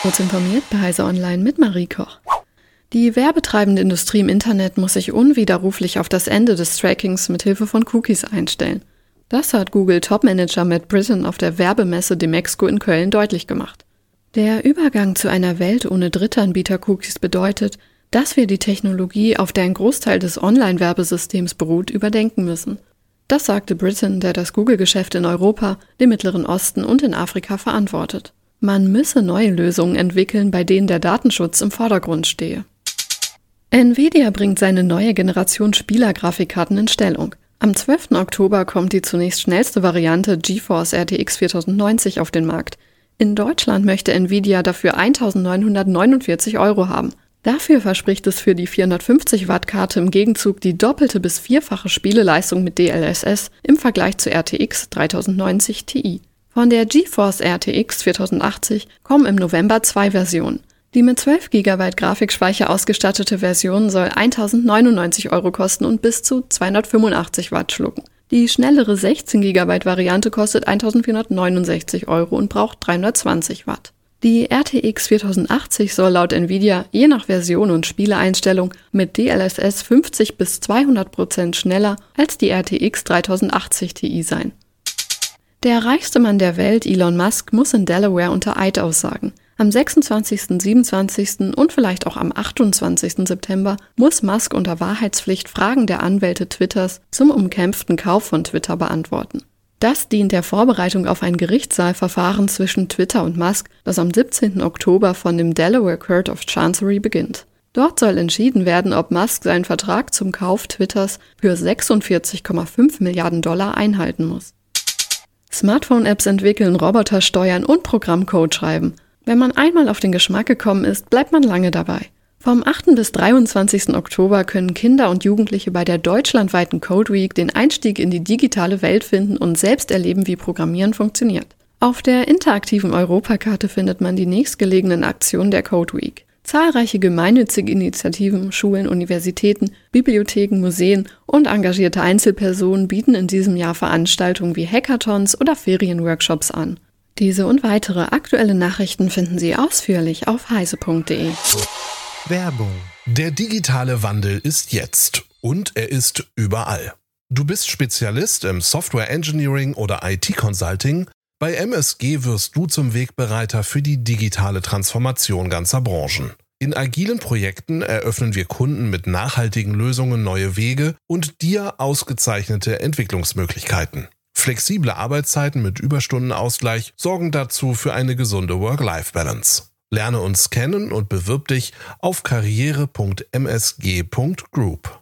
Kurz informiert bei Heise Online mit Marie Koch. Die werbetreibende Industrie im Internet muss sich unwiderruflich auf das Ende des Trackings mit Hilfe von Cookies einstellen. Das hat Google-Topmanager Matt Britton auf der Werbemesse Demexco in Köln deutlich gemacht. Der Übergang zu einer Welt ohne Drittanbieter-Cookies bedeutet, dass wir die Technologie, auf der ein Großteil des Online-Werbesystems beruht, überdenken müssen. Das sagte Britton, der das Google-Geschäft in Europa, dem Mittleren Osten und in Afrika verantwortet. Man müsse neue Lösungen entwickeln, bei denen der Datenschutz im Vordergrund stehe. Nvidia bringt seine neue Generation Spielergrafikkarten in Stellung. Am 12. Oktober kommt die zunächst schnellste Variante GeForce RTX 4090 auf den Markt. In Deutschland möchte Nvidia dafür 1.949 € haben. Dafür verspricht es für die 450-Watt-Karte im Gegenzug die doppelte bis vierfache Spieleleistung mit DLSS im Vergleich zu RTX 3090 Ti. Von der GeForce RTX 4080 kommen im November 2 Versionen. Die mit 12 GB Grafikspeicher ausgestattete Version soll 1.099 € kosten und bis zu 285 Watt schlucken. Die schnellere 16 GB Variante kostet 1.469 € und braucht 320 Watt. Die RTX 4080 soll laut Nvidia je nach Version und Spieleeinstellung mit DLSS 50 bis 200% schneller als die RTX 3080 Ti sein. Der reichste Mann der Welt, Elon Musk, muss in Delaware unter Eid aussagen. Am 26., 27. und vielleicht auch am 28. September muss Musk unter Wahrheitspflicht Fragen der Anwälte Twitters zum umkämpften Kauf von Twitter beantworten. Das dient der Vorbereitung auf ein Gerichtssaalverfahren zwischen Twitter und Musk, das am 17. Oktober von dem Delaware Court of Chancery beginnt. Dort soll entschieden werden, ob Musk seinen Vertrag zum Kauf Twitters für 46,5 Milliarden $ einhalten muss. Smartphone-Apps entwickeln, Roboter steuern und Programmcode schreiben. Wenn man einmal auf den Geschmack gekommen ist, bleibt man lange dabei. Vom 8. bis 23. Oktober können Kinder und Jugendliche bei der deutschlandweiten Code Week den Einstieg in die digitale Welt finden und selbst erleben, wie Programmieren funktioniert. Auf der interaktiven Europakarte findet man die nächstgelegenen Aktionen der Code Week. Zahlreiche gemeinnützige Initiativen, Schulen, Universitäten, Bibliotheken, Museen und engagierte Einzelpersonen bieten in diesem Jahr Veranstaltungen wie Hackathons oder Ferienworkshops an. Diese und weitere aktuelle Nachrichten finden Sie ausführlich auf heise.de. Werbung. Der digitale Wandel ist jetzt und er ist überall. Du bist Spezialist im Software Engineering oder IT Consulting. Bei MSG wirst du zum Wegbereiter für die digitale Transformation ganzer Branchen. In agilen Projekten eröffnen wir Kunden mit nachhaltigen Lösungen neue Wege und dir ausgezeichnete Entwicklungsmöglichkeiten. Flexible Arbeitszeiten mit Überstundenausgleich sorgen dazu für eine gesunde Work-Life-Balance. Lerne uns kennen und bewirb dich auf karriere.msg.group.